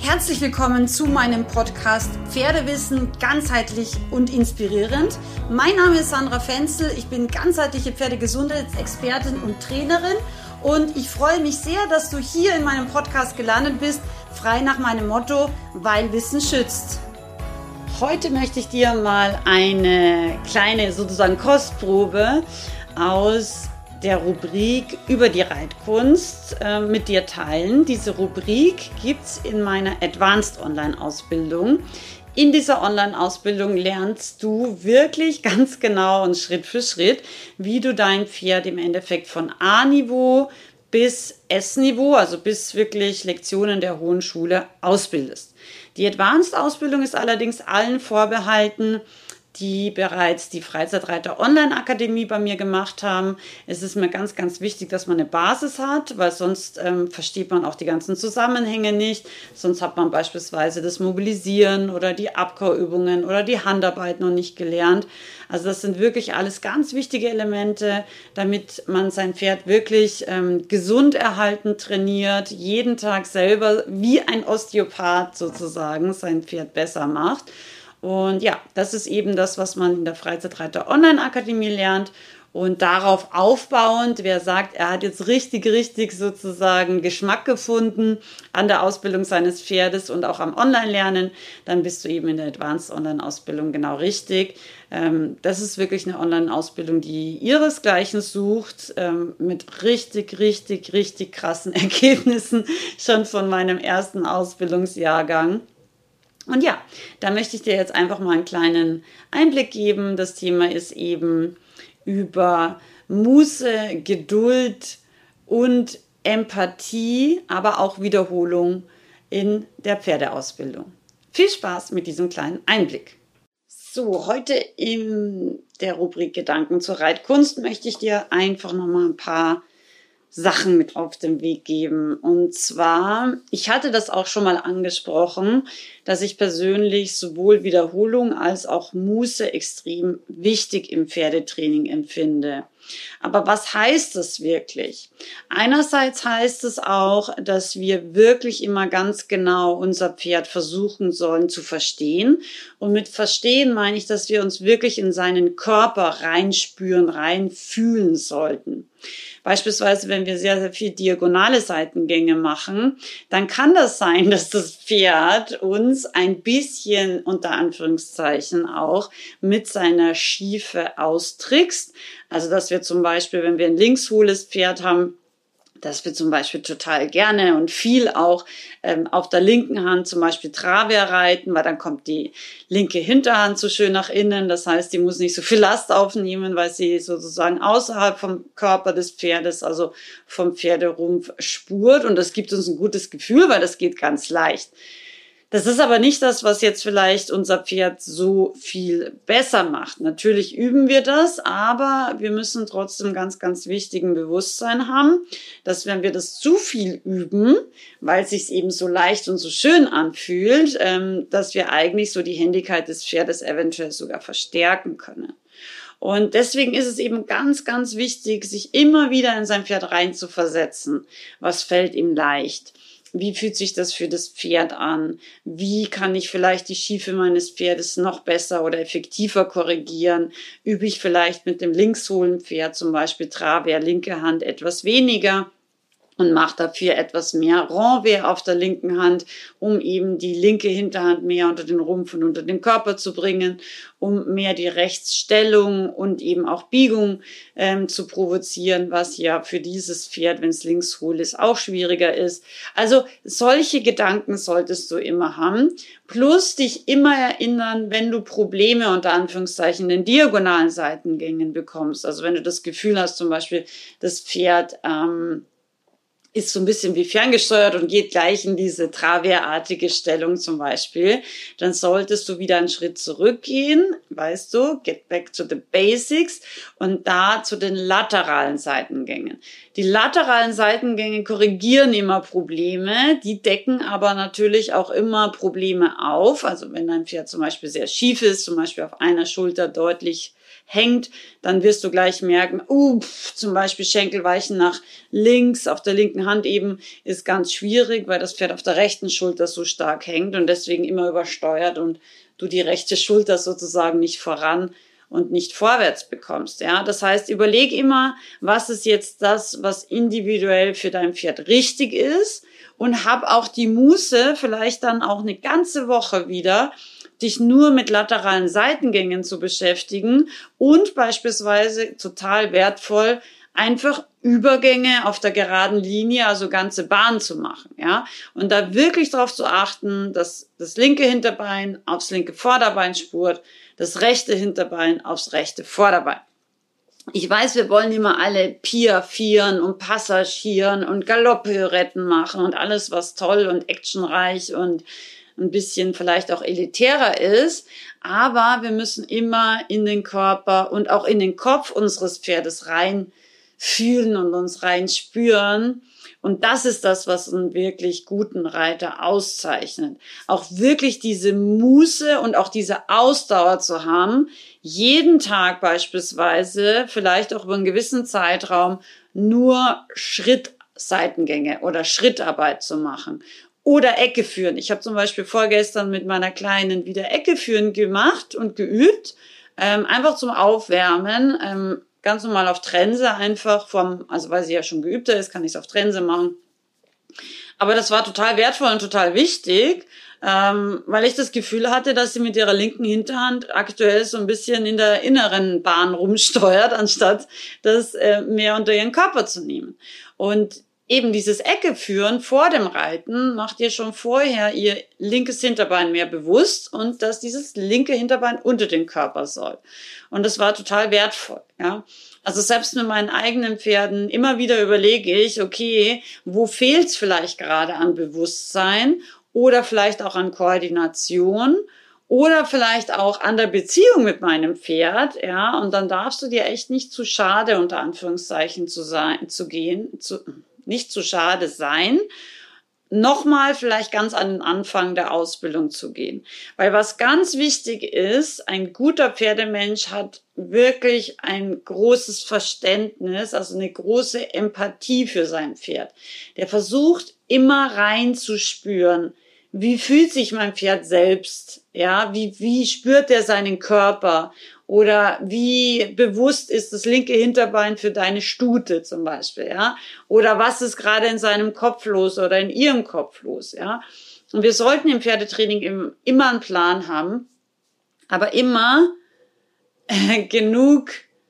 Herzlich willkommen zu meinem Podcast Pferdewissen ganzheitlich und inspirierend. Mein Name ist Sandra Fenzel, ich bin ganzheitliche Pferdegesundheitsexpertin und Trainerin und ich freue mich sehr, dass du hier in meinem Podcast gelandet bist, frei nach meinem Motto, weil Wissen schützt. Heute möchte ich dir mal eine kleine sozusagen Kostprobe aus der Rubrik über die Reitkunst mit dir teilen. Diese Rubrik gibt's in meiner Advanced Online-Ausbildung. In dieser Online-Ausbildung lernst du wirklich ganz genau und Schritt für Schritt, wie du dein Pferd im Endeffekt von A-Niveau bis S-Niveau, also bis wirklich Lektionen der Hohen Schule ausbildest. Die Advanced-Ausbildung ist allerdings allen vorbehalten, die bereits die Freizeitreiter Online-Akademie bei mir gemacht haben. Es ist mir ganz, ganz wichtig, dass man eine Basis hat, weil sonst versteht man auch die ganzen Zusammenhänge nicht. Sonst hat man beispielsweise das Mobilisieren oder die Abkauübungen oder die Handarbeit noch nicht gelernt. Also das sind wirklich alles ganz wichtige Elemente, damit man sein Pferd wirklich gesund erhalten trainiert, jeden Tag selber wie ein Osteopath sozusagen sein Pferd besser macht. Und ja, das ist eben das, was man in der Freizeitreiter Online-Akademie lernt. Und darauf aufbauend, wer sagt, er hat jetzt richtig sozusagen Geschmack gefunden an der Ausbildung seines Pferdes und auch am Online-Lernen, dann bist du eben in der Advanced Online-Ausbildung genau richtig. Das ist wirklich eine Online-Ausbildung, die ihresgleichen sucht, mit richtig krassen Ergebnissen schon von meinem ersten Ausbildungsjahrgang. Und ja, da möchte ich dir jetzt einfach mal einen kleinen Einblick geben. Das Thema ist eben über Muße, Geduld und Empathie, aber auch Wiederholung in der Pferdeausbildung. Viel Spaß mit diesem kleinen Einblick. So, heute in der Rubrik Gedanken zur Reitkunst möchte ich dir einfach nochmal ein paar Sachen mit auf den Weg geben. Und zwar, ich hatte das auch schon mal angesprochen, dass ich persönlich sowohl Wiederholung als auch Muße extrem wichtig im Pferdetraining empfinde. Aber was heißt das wirklich? Einerseits heißt es auch, dass wir wirklich immer ganz genau unser Pferd versuchen sollen zu verstehen. Und mit verstehen meine ich, dass wir uns wirklich in seinen Körper reinspüren, reinfühlen sollten. Beispielsweise, wenn wir sehr viel diagonale Seitengänge machen, dann kann das sein, dass das Pferd uns ein bisschen, unter Anführungszeichen auch, mit seiner Schiefe austrickst. Also, dass wir zum Beispiel, wenn wir ein linkshohles Pferd haben, dass wir zum Beispiel total gerne und viel auch auf der linken Hand zum Beispiel Travers reiten, weil dann kommt die linke Hinterhand so schön nach innen. Das heißt, die muss nicht so viel Last aufnehmen, weil sie sozusagen außerhalb vom Körper des Pferdes, also vom Pferderumpf spurt. Und das gibt uns ein gutes Gefühl, weil das geht ganz leicht. Das ist aber nicht das, was jetzt vielleicht unser Pferd so viel besser macht. Natürlich üben wir das, aber wir müssen trotzdem ganz wichtigen Bewusstsein haben, dass wenn wir das zu viel üben, weil es sich eben so leicht und so schön anfühlt, dass wir eigentlich so die Händigkeit des Pferdes eventuell sogar verstärken können. Und deswegen ist es eben ganz wichtig, sich immer wieder in sein Pferd reinzuversetzen. Was fällt ihm leicht? Wie fühlt sich das für das Pferd an? Wie kann ich vielleicht die Schiefe meines Pferdes noch besser oder effektiver korrigieren? Übe ich vielleicht mit dem linkshohlen Pferd zum Beispiel Travers, linke Hand etwas weniger und mache dafür etwas mehr Renvers auf der linken Hand, um eben die linke Hinterhand mehr unter den Rumpf und unter den Körper zu bringen, um mehr die Rechtsstellung und eben auch Biegung zu provozieren, was ja für dieses Pferd, wenn es linkshohl ist, auch schwieriger ist. Also solche Gedanken solltest du immer haben. Plus dich immer erinnern, wenn du Probleme unter Anführungszeichen in den diagonalen Seitengängen bekommst. Also wenn du das Gefühl hast, zum Beispiel das Pferd ist so ein bisschen wie ferngesteuert und geht gleich in diese Traversartige Stellung zum Beispiel, dann solltest du wieder einen Schritt zurückgehen, weißt du, get back to the basics und da zu den lateralen Seitengängen. Die lateralen Seitengänge korrigieren immer Probleme, die decken aber natürlich auch immer Probleme auf. Also wenn dein Pferd zum Beispiel sehr schief ist, zum Beispiel auf einer Schulter deutlich hängt, dann wirst du gleich merken, zum Beispiel Schenkelweichen nach links, auf der linken Hand eben, ist ganz schwierig, weil das Pferd auf der rechten Schulter so stark hängt und deswegen immer übersteuert und du die rechte Schulter sozusagen nicht voran und nicht vorwärts bekommst. Ja, das heißt, überleg immer, was ist jetzt das, was individuell für dein Pferd richtig ist und hab auch die Muße, vielleicht dann auch eine ganze Woche wieder, dich nur mit lateralen Seitengängen zu beschäftigen und beispielsweise total wertvoll, einfach Übergänge auf der geraden Linie, also ganze Bahn zu machen, ja. Und da wirklich darauf zu achten, dass das linke Hinterbein aufs linke Vorderbein spurt, das rechte Hinterbein aufs rechte Vorderbein. Ich weiß, wir wollen immer alle piafieren und passagieren und Galopppirouetten machen und alles, was toll und actionreich und ein bisschen vielleicht auch elitärer ist, aber wir müssen immer in den Körper und auch in den Kopf unseres Pferdes rein fühlen und uns rein spüren. Und das ist das, was einen wirklich guten Reiter auszeichnet. Auch wirklich diese Muße und auch diese Ausdauer zu haben, jeden Tag beispielsweise, vielleicht auch über einen gewissen Zeitraum, nur Schrittseitengänge oder Schrittarbeit zu machen. Oder Ecke führen. Ich habe zum Beispiel vorgestern mit meiner Kleinen wieder Ecke führen gemacht und geübt, einfach zum Aufwärmen, ganz normal auf Trense einfach also weil sie ja schon geübter ist, kann ich es auf Trense machen. Aber das war total wertvoll und total wichtig, weil ich das Gefühl hatte, dass sie mit ihrer linken Hinterhand aktuell so ein bisschen in der inneren Bahn rumsteuert, anstatt das mehr unter ihren Körper zu nehmen. Und eben dieses Ecke führen vor dem Reiten macht ihr schon vorher ihr linkes Hinterbein mehr bewusst und dass dieses linke Hinterbein unter den Körper soll. Und das war total wertvoll, ja. Also selbst mit meinen eigenen Pferden immer wieder überlege ich, okay, wo fehlt's vielleicht gerade an Bewusstsein oder vielleicht auch an Koordination oder vielleicht auch an der Beziehung mit meinem Pferd, ja. Und dann darfst du dir echt nicht zu schade, unter Anführungszeichen, nicht zu schade sein, nochmal vielleicht ganz an den Anfang der Ausbildung zu gehen. Weil was ganz wichtig ist, ein guter Pferdemensch hat wirklich ein großes Verständnis, also eine große Empathie für sein Pferd. Der versucht immer reinzuspüren, wie fühlt sich mein Pferd selbst, ja, wie spürt er seinen Körper oder wie bewusst ist das linke Hinterbein für deine Stute zum Beispiel, ja, oder was ist gerade in seinem Kopf los oder in ihrem Kopf los, ja. Und wir sollten im Pferdetraining immer einen Plan haben, aber immer genug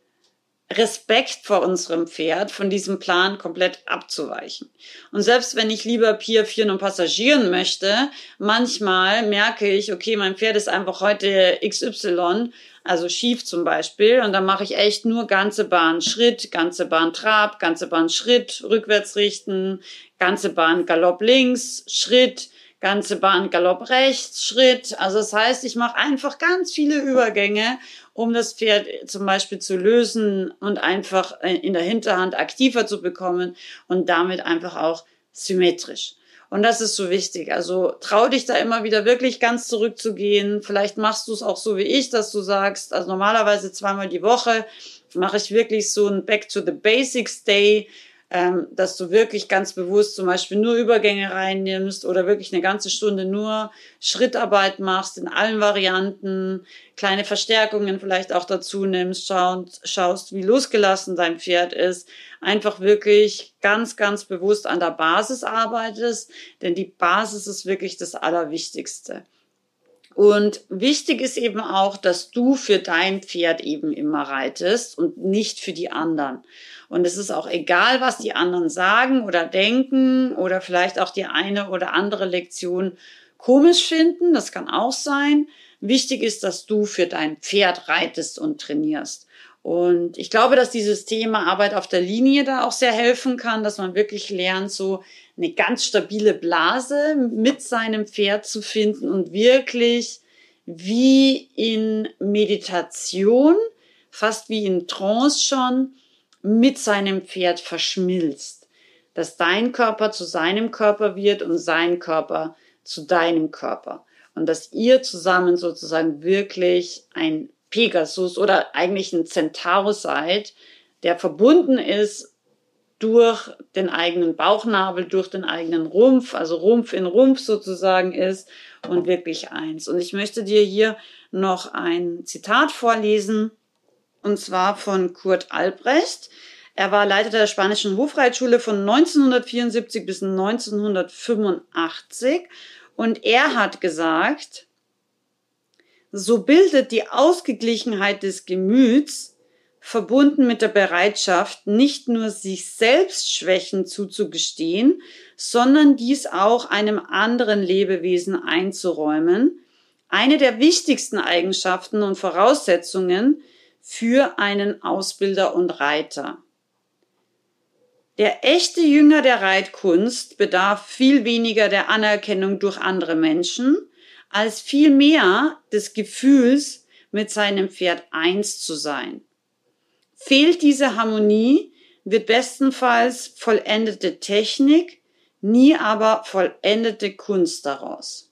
Respekt vor unserem Pferd, von diesem Plan komplett abzuweichen. Und selbst wenn ich lieber piafieren und passagieren möchte, manchmal merke ich, okay, mein Pferd ist einfach heute XY, also schief zum Beispiel, und dann mache ich echt nur ganze Bahn Schritt, ganze Bahn Trab, ganze Bahn Schritt, rückwärts richten, ganze Bahn Galopp links, Schritt, ganze Bahn Galopp rechts, Schritt. Also das heißt, ich mache einfach ganz viele Übergänge, um das Pferd zum Beispiel zu lösen und einfach in der Hinterhand aktiver zu bekommen und damit einfach auch symmetrisch. Und das ist so wichtig. Also trau dich da immer wieder wirklich ganz zurückzugehen. Vielleicht machst du es auch so wie ich, dass du sagst, also normalerweise 2-mal die Woche mache ich wirklich so ein Back to the Basics Day, dass du wirklich ganz bewusst zum Beispiel nur Übergänge reinnimmst oder wirklich eine ganze Stunde nur Schrittarbeit machst in allen Varianten, kleine Verstärkungen vielleicht auch dazu nimmst, schaust, wie losgelassen dein Pferd ist, einfach wirklich ganz, ganz bewusst an der Basis arbeitest, denn die Basis ist wirklich das Allerwichtigste. Und wichtig ist eben auch, dass du für dein Pferd eben immer reitest und nicht für die anderen. Und es ist auch egal, was die anderen sagen oder denken oder vielleicht auch die eine oder andere Lektion komisch finden. Das kann auch sein. Wichtig ist, dass du für dein Pferd reitest und trainierst. Und ich glaube, dass dieses Thema Arbeit auf der Linie da auch sehr helfen kann, dass man wirklich lernt, so eine ganz stabile Blase mit seinem Pferd zu finden und wirklich wie in Meditation, fast wie in Trance schon, mit seinem Pferd verschmilzt. Dass dein Körper zu seinem Körper wird und sein Körper zu deinem Körper. Und dass ihr zusammen sozusagen wirklich ein Pegasus oder eigentlich ein Centaurus seid, der verbunden ist durch den eigenen Bauchnabel, durch den eigenen Rumpf, also Rumpf in Rumpf sozusagen ist und wirklich eins. Und ich möchte dir hier noch ein Zitat vorlesen, und zwar von Kurt Albrecht. Er war Leiter der Spanischen Hofreitschule von 1974 bis 1985 und er hat gesagt, so bildet die Ausgeglichenheit des Gemüts, verbunden mit der Bereitschaft, nicht nur sich selbst Schwächen zuzugestehen, sondern dies auch einem anderen Lebewesen einzuräumen, eine der wichtigsten Eigenschaften und Voraussetzungen für einen Ausbilder und Reiter. Der echte Jünger der Reitkunst bedarf viel weniger der Anerkennung durch andere Menschen, als vielmehr des Gefühls, mit seinem Pferd eins zu sein. Fehlt diese Harmonie, wird bestenfalls vollendete Technik, nie aber vollendete Kunst daraus.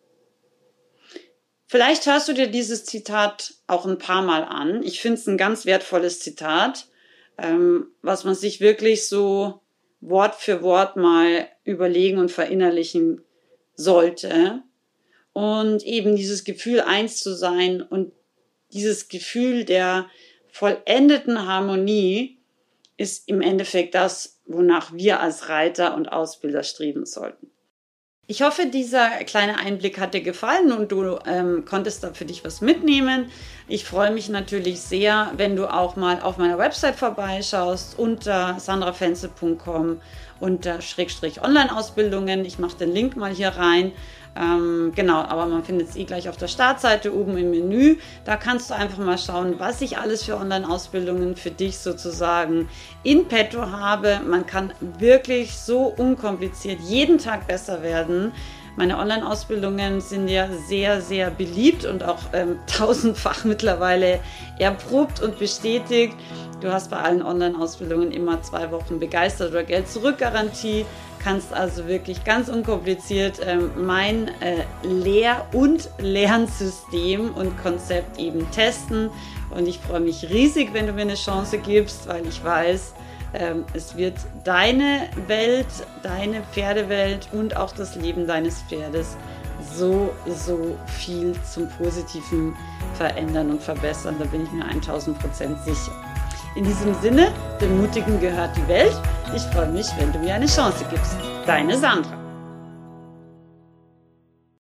Vielleicht hörst du dir dieses Zitat auch ein paar Mal an. Ich finde es ein ganz wertvolles Zitat, was man sich wirklich so Wort für Wort mal überlegen und verinnerlichen sollte. Und eben dieses Gefühl, eins zu sein und dieses Gefühl der vollendeten Harmonie ist im Endeffekt das, wonach wir als Reiter und Ausbilder streben sollten. Ich hoffe, dieser kleine Einblick hat dir gefallen und du konntest da für dich was mitnehmen. Ich freue mich natürlich sehr, wenn du auch mal auf meiner Website vorbeischaust unter sandrafenzel.com unter /Online-Ausbildungen. Ich mache den Link mal hier rein. Genau, aber man findet es gleich auf der Startseite oben im Menü. Da kannst du einfach mal schauen, was ich alles für Online-Ausbildungen für dich sozusagen in petto habe. Man kann wirklich so unkompliziert jeden Tag besser werden. Meine Online-Ausbildungen sind ja sehr, sehr beliebt und auch tausendfach mittlerweile erprobt und bestätigt. Du hast bei allen Online-Ausbildungen immer 2 Wochen Begeistert- oder Geld-zurück-Garantie. Kannst also wirklich ganz unkompliziert mein Lehr- und Lernsystem und Konzept eben testen. Und ich freue mich riesig, wenn du mir eine Chance gibst, weil ich weiß, es wird deine Welt, deine Pferdewelt und auch das Leben deines Pferdes so viel zum Positiven verändern und verbessern. Da bin ich mir 1000% sicher. In diesem Sinne, dem Mutigen gehört die Welt. Ich freue mich, wenn du mir eine Chance gibst. Deine Sandra.